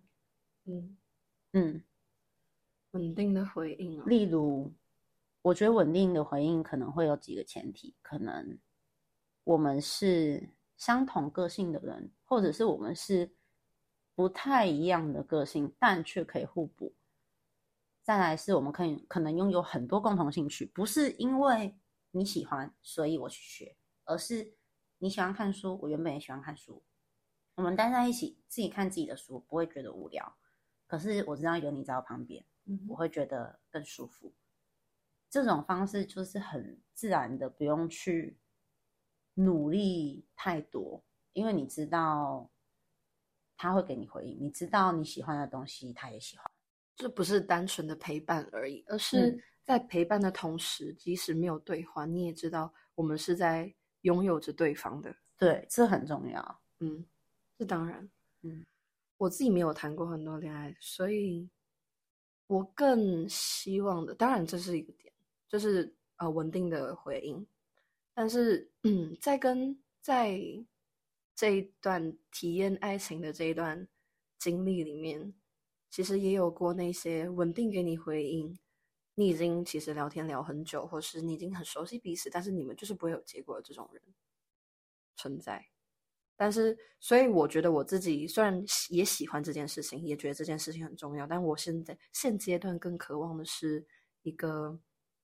稳定的回应例如我觉得稳定的回应可能会有几个前提，可能我们是相同个性的人，或者是我们是不太一样的个性，但却可以互补。再来是我们可能拥有很多共同兴趣，不是因为你喜欢，所以我去学，而是你喜欢看书，我原本也喜欢看书，我们待在一起，自己看自己的书，不会觉得无聊。可是我知道有你在我旁边，我会觉得更舒服。这种方式就是很自然的，不用去努力太多，因为你知道他会给你回应，你知道你喜欢的东西，他也喜欢。 这不是单纯的陪伴而已，而是在陪伴的同时，即使没有对话，你也知道我们是在拥有着对方的。 对，这很重要。 这当然。我自己没有谈过很多恋爱，所以我更希望的，当然这是一个点，就是稳定的回应。但是在这一段体验爱情的这一段经历里面，其实也有过那些稳定给你回应，你已经其实聊天聊很久，或是你已经很熟悉彼此，但是你们就是不会有结果的这种人存在。但是所以我觉得我自己虽然也喜欢这件事情，也觉得这件事情很重要，但我现阶段更渴望的是一个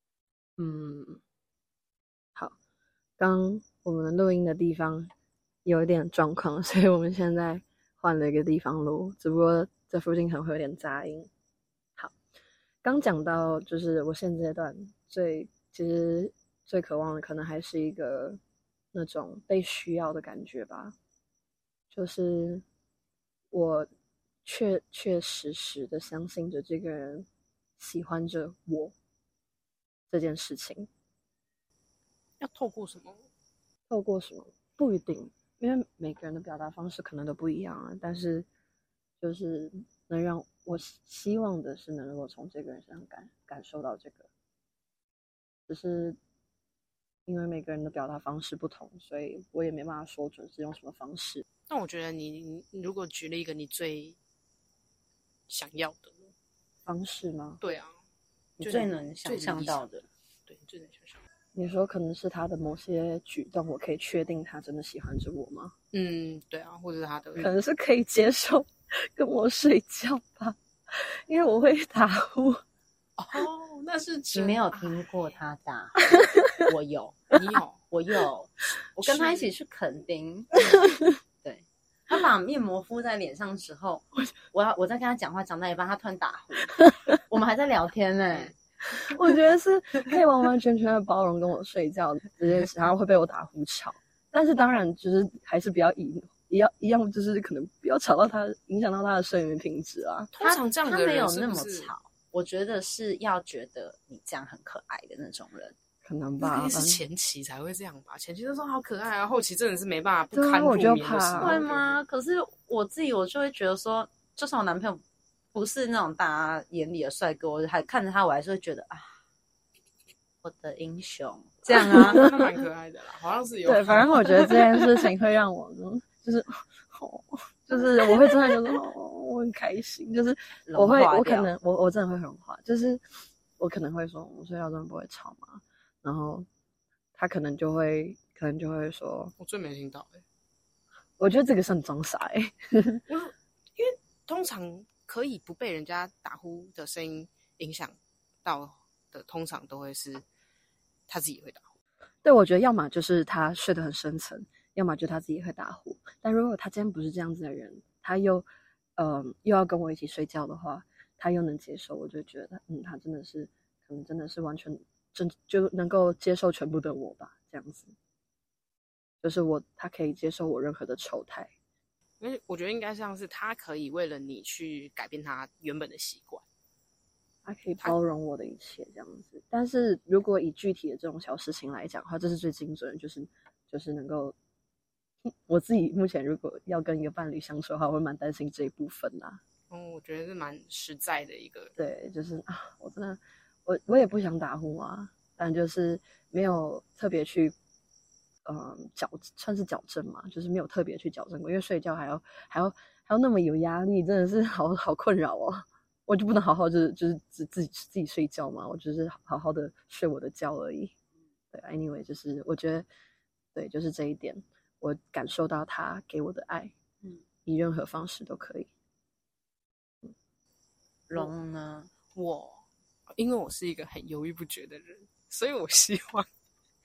好，刚我们录音的地方有一点状况，所以我们现在换了一个地方录，只不过这附近可能会有点杂音。好，刚讲到就是我现阶段其实最渴望的可能还是一个那种被需要的感觉吧，就是我确实的相信着这个人喜欢着我这件事情。 要透过什么？ 透过什么不一定，因为每个人的表达方式可能都不一样啊。但是就是能让我希望的是能够从这个人身上感受到这个，只是因为每个人的表达方式不同，所以我也没办法说准是用什么方式。 但我觉得你如果举了一个你最想要的方式吗？ 对啊， 你最能想象到的， 对，最能想象。 你说可能是他的某些举动，我可以确定他真的喜欢着我吗？ 对啊，或者是他的可能是可以接受跟我睡觉吧，因为我会打呼。 哦，那是你没有听过他打呼？我有， 你有， 我有，我跟他一起去垦丁，对，他把面膜敷在脸上的时候，我在跟他讲话，讲到一半，他突然打呼，我们还在聊天呢。 我觉得是可以完完全全的包容跟我睡觉这件事，然后会被我打呼吵。但是当然就是还是不要一样，就是可能不要吵到他，影响到他的睡眠品质啊。 通常这样的人他没有那么是不是吵，我觉得是要觉得你这样很可爱的那种人。 可能吧， 是前期才会这样吧？前期就说好可爱啊，后期真的是没办法不对啊堪入我就眠的时候。 会吗？可是我自己我就会觉得说，就算我男朋友不是那种大家眼里的帅哥，我还看着他，我还是会觉得啊，我的英雄这样啊， 那蛮可爱的啦，好像是有。 对，反正我觉得这件事情会让我就是就是我会真的觉得我很开心，就是我可能我真的会融化，就是我可能会说我睡觉真的不会吵嘛，然后他可能就会说， 我最没听到我觉得这个是很装傻因为通常可以不被人家打呼的声音影响到的，通常都会是他自己会打呼。 对，我觉得要么就是他睡得很深层，要么就他自己会打呼。但如果他今天不是这样子的人，他又要跟我一起睡觉的话，他又能接受，我就觉得他真的是可能真的是完全就能够接受全部的我吧，这样子。就是他可以接受我任何的丑态。 因为我觉得应该像是他可以为了你去改变他原本的习惯， 他可以包容我的一切这样子。但是如果以具体的这种小事情来讲的话，这是最精准的，就是能够，我自己目前如果要跟一个伴侣相处的话，我会蛮担心这一部分啦。 我觉得是蛮实在的一个。 对，就是我真的我也不想打呼啊，但就是没有特别去算是矫正嘛，就是没有特别去矫正过，因为睡觉还要那么有压力，真的是好困扰哦。我就不能好好就是自己睡觉嘛，我就是好好的睡我的觉而已。对 ，anyway， 就是我觉得对，就是这一点，我感受到他给我的爱，以任何方式都可以。 龙呢？ 因为我是一个很犹豫不决的人，所以我希望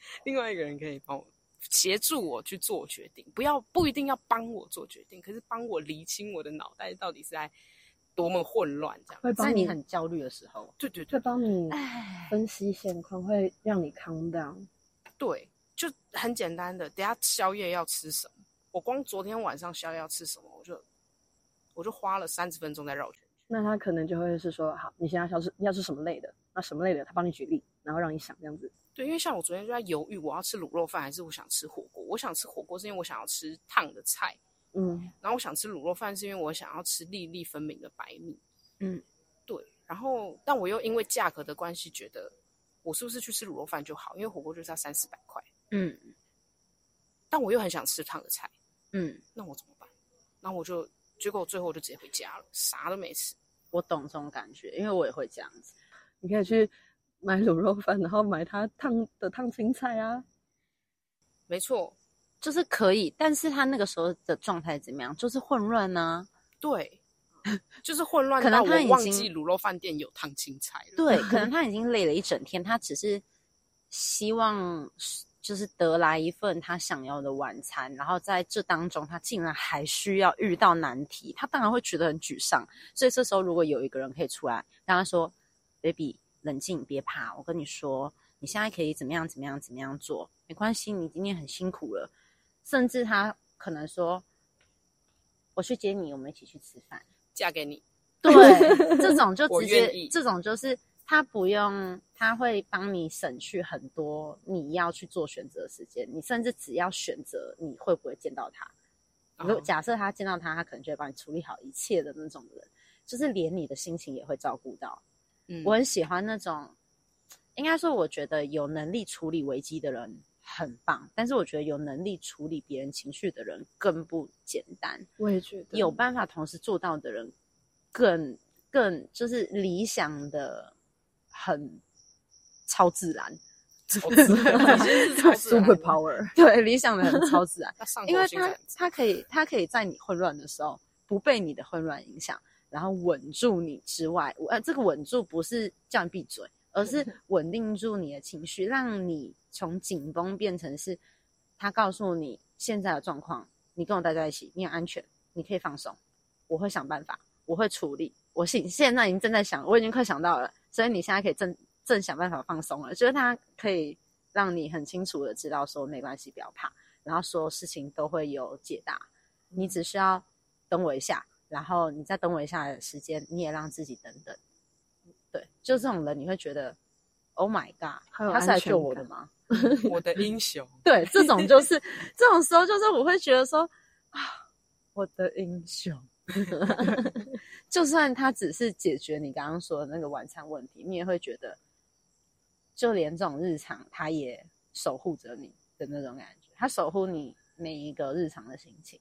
另外一个人可以帮我协助我去做决定，不一定要帮我做决定，可是帮我厘清我的脑袋到底是在多么混乱这样。 会帮在你很焦虑的时候， 对对对会帮你分析现况，会让你 calm down。 对，就很简单的，等一下宵夜要吃什么？我光昨天晚上宵夜要吃什么，我就花了30分钟在绕圈圈。 那他可能就会是说，好，你现在要吃什么类的？那什么类的，他帮你举例，然后让你想这样子。 对，因为像我昨天就在犹豫，我要吃卤肉饭还是我想吃火锅。我想吃火锅是因为我想要吃烫的菜，然后我想吃卤肉饭是因为我想要吃粒粒分明的白米，对。然后，但我又因为价格的关系，觉得我是不是去吃卤肉饭就好？因为火锅就是要300-400块，但我又很想吃烫的菜，那我怎么办？然后结果最后我就直接回家了，啥都没吃。 我懂这种感觉，因为我也会这样子。 你可以去买卤肉饭，然后买它烫青菜啊。 没错， 就是可以，但是他那个时候的状态怎么样？就是混乱呢、 对，就是混乱可能他已经到我忘记卤肉饭店有烫青菜了。 对，可能他已经累了一整天，他只是希望就是得来一份他想要的晚餐，然后在这当中他竟然还需要遇到难题，他当然会觉得很沮丧。所以这时候如果有一个人可以出来跟他说 baby 冷静别怕，我跟你说你现在可以怎么样怎么样怎么样做，没关系，你今天很辛苦了。甚至他可能说我去接你，我们一起去吃饭， 嫁给你。 对，这种就直我愿意， 接这种就是他不用，他会帮你省去很多你要去做选择的时间，你甚至只要选择你会不会见到他。如果假设他见到他，他可能就会帮你处理好一切的那种人，就是连你的心情也会照顾到。我很喜欢那种，应该说我觉得有能力处理危机的人很棒，但是我觉得有能力处理别人情绪的人更不简单。 我也觉得有办法同时做到的人更就是理想的很超自然， 超自然 super power。 对，理想的很超自然因为他可以在你混乱的时候不被你的混乱影响，然后稳住你之外，这个稳住不是叫你闭嘴，而是稳定住你的情绪，让你从紧绷变成是他告诉你现在的状况，你跟我待在一起，你很安全，你可以放松，我会想办法，我会处理，我现在已经正在想，我已经快想到了，所以你现在可以正想办法放松了，就是他可以让你很清楚的知道说没关系，不要怕，然后所有事情都会有解答，你只需要等我一下，然后你再等我一下的时间，你也让自己等等。对，就这种人你会觉得 Oh my god， 他是来救我的吗？ 我的英雄。 对，这种就是这种时候就是我会觉得说啊，我的英雄就算他只是解决你刚刚说的那个晚餐问题，你也会觉得就连这种日常他也守护着你的那种感觉，他守护你每一个日常的心情。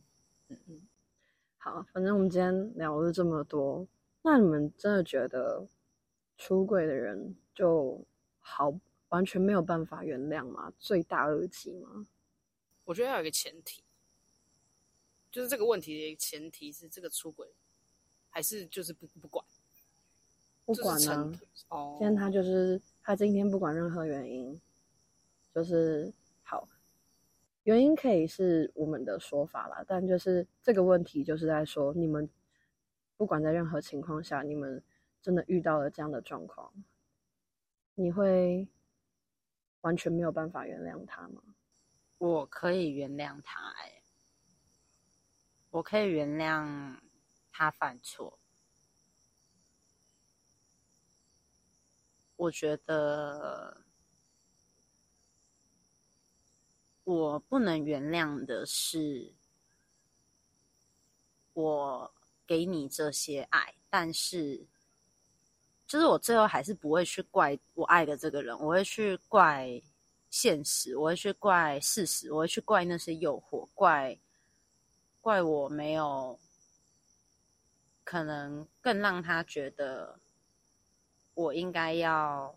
好，反正我们今天聊了这么多，那你们真的觉得出柜的人就好完全没有办法原谅吗？罪大恶极吗？ 我觉得要有一个前提，就是这个问题的一个前提是这个出轨还是就是不管不管呢、 哦， 今天他今天不管任何原因，就是好，原因可以是我们的说法啦，但就是这个问题就是在说，你们不管在任何情况下，你们真的遇到了这样的状况，你会完全没有办法原谅他吗？ 我可以原谅他我可以原谅他犯错。我觉得我不能原谅的是我给你这些爱，但是就是我最后还是不会去怪我爱的这个人，我会去怪现实，我会去怪事实，我会去怪那些诱惑，怪我没有可能更让他觉得我应该要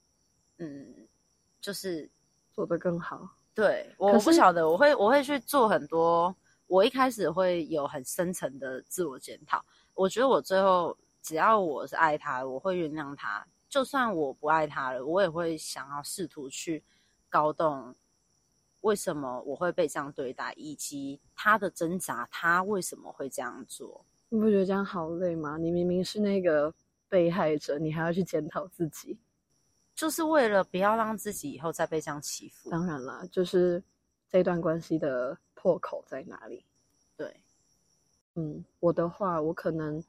就是做得更好。 对，我不晓得，我会去做很多，我一开始会有很深层的自我检讨，我觉得我最后只要我是爱他，我会原谅他，就算我不爱他了，我也会想要试图去搞懂为什么我会被这样对待，以及他的挣扎，他为什么会这样做。 你不觉得这样好累吗？你明明是那个被害者，你还要去检讨自己， 就是为了不要让自己以后再被这样欺负。 当然啦，就是这段关系的破口在哪里？ 对， 我的话，我可能，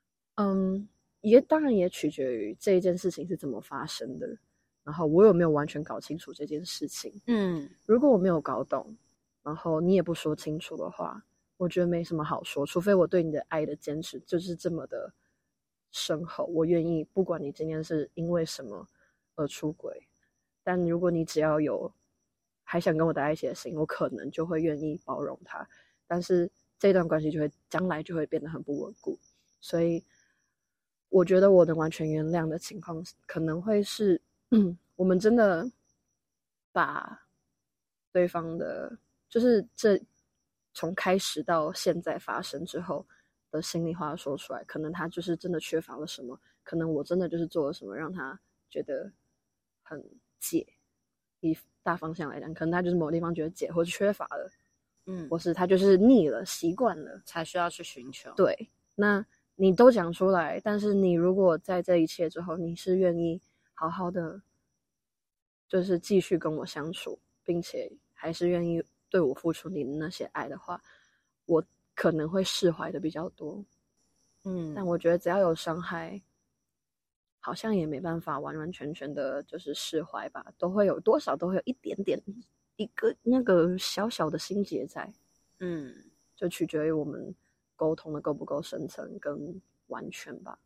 当然也取决于这一件事情是怎么发生的，然后我有没有完全搞清楚这件事情。如果我没有搞懂，然后你也不说清楚的话，我觉得没什么好说，除非我对你的爱的坚持就是这么的深厚，我愿意不管你今天是因为什么而出轨，但如果你只要有还想跟我在一起的心，我可能就会愿意包容他，但是这段关系将来就会变得很不稳固。所以我觉得我能完全原谅的情况可能会是我们真的把对方的就是这从开始到现在发生之后的心里话说出来，可能他就是真的缺乏了什么，可能我真的就是做了什么让他觉得很解，以大方向来讲，可能他就是某个地方觉得解或是缺乏了，或是他就是腻了习惯了才需要去寻求。 对，那你都讲出来，但是你如果在这一切之后你是愿意好好的就是继续跟我相处，并且还是愿意对我付出你的那些爱的话，我可能会释怀的比较多。但我觉得只要有伤害，好像也没办法完完全全的就是释怀吧，都会有多少都会有一点点一个那个小小的心结在。就取决于我们沟通的够不够深层跟完全吧。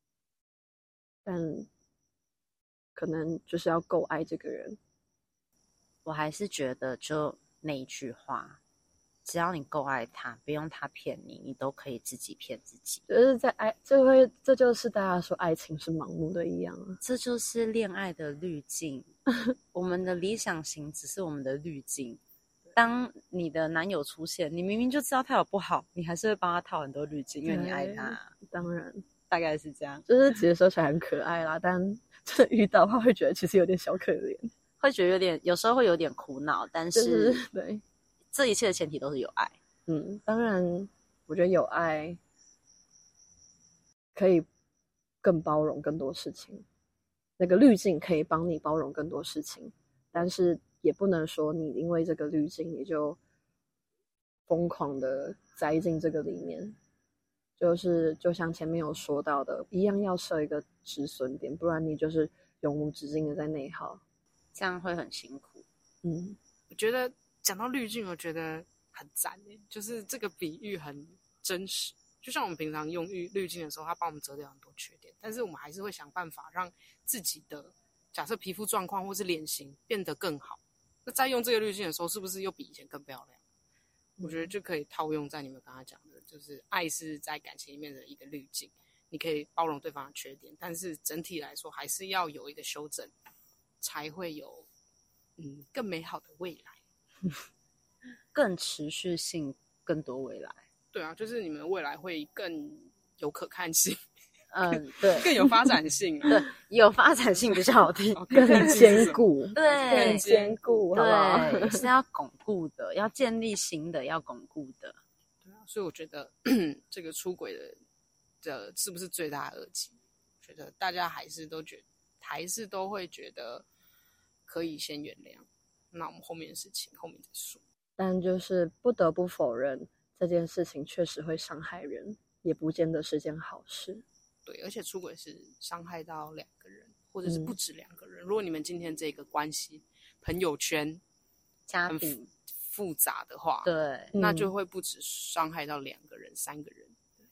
但可能就是要够爱这个人。 我还是觉得就那一句话，只要你够爱他，不用他骗你，你都可以自己骗自己。 就是在爱，这就是大家说爱情是盲目的一样啊。 这就是恋爱的滤镜。我们的理想型只是我们的滤镜。当你的男友出现，你明明就知道他有不好，你还是会帮他套很多滤镜，因为你爱他。 当然， 大概是这样。 就是直接说起来很可爱啦，但真的遇到的话，会觉得其实有点小可怜， 会觉得有时候会有点苦恼，但是对， 这一切的前提都是有爱。 当然，我觉得有爱可以更包容更多事情，那个滤镜可以帮你包容更多事情，但是也不能说你因为这个滤镜你就疯狂的栽进这个里面，就像前面有说到的一样，要设一个止损点，不然你就是永无止境的在内耗， 这样会很辛苦。 我觉得讲到滤镜，我觉得很赞耶，就是这个比喻很真实。就像我们平常用滤镜的时候，它帮我们遮掉很多缺点，但是我们还是会想办法让自己的假设皮肤状况或是脸型变得更好。那在用这个滤镜的时候，是不是又比以前更漂亮？我觉得就可以套用在你们刚刚讲的，就是爱是在感情里面的一个滤镜，你可以包容对方的缺点，但是整体来说还是要有一个修正，才会有更美好的未来， 更持续性，更多未来。 对啊，就是你们未来会更有可看性， 对， 更有发展性， 对，有发展性比较好听， 更坚固， 对， 更坚固，好不好？ 对，是要巩固的，要建立新的，要巩固的。 对啊，所以我觉得这个出轨的是不是最大的恶疾？我觉得大家还是都会觉得可以先原谅，那我们后面的事情后面再说。 但就是不得不否认，这件事情确实会伤害人，也不见得是件好事。 对，而且出轨是伤害到两个人，或者是不止两个人。如果你们今天这个关系、朋友圈、 家庭复杂的话， 对， 那就会不止伤害到两个人、三个人。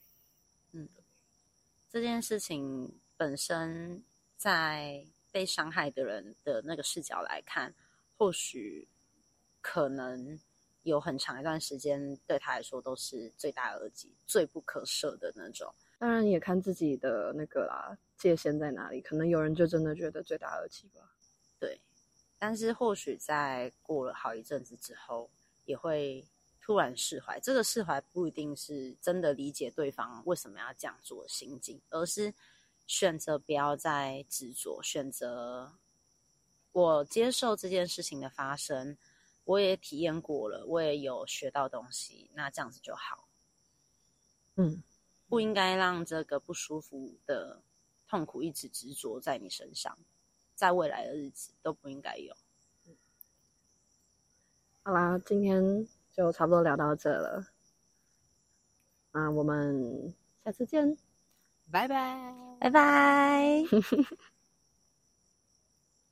这件事情本身在被伤害的人的那个视角来看，或许可能有很长一段时间对他来说都是罪大恶极、罪不可赦的那种。 当然也看自己的那个啦，界限在哪里。可能有人就真的觉得罪大恶极吧。 对，但是或许在过了好一阵子之后，也会突然释怀。这个释怀不一定是真的理解对方为什么要这样做的心境，而是选择不要再执着，选择我接受这件事情的发生，我也体验过了，我也有学到东西，那这样子就好。不应该让这个不舒服的痛苦一直执着在你身上，在未来的日子都不应该有。 好啦，今天就差不多聊到这了，那我们下次见， 拜拜， 拜拜。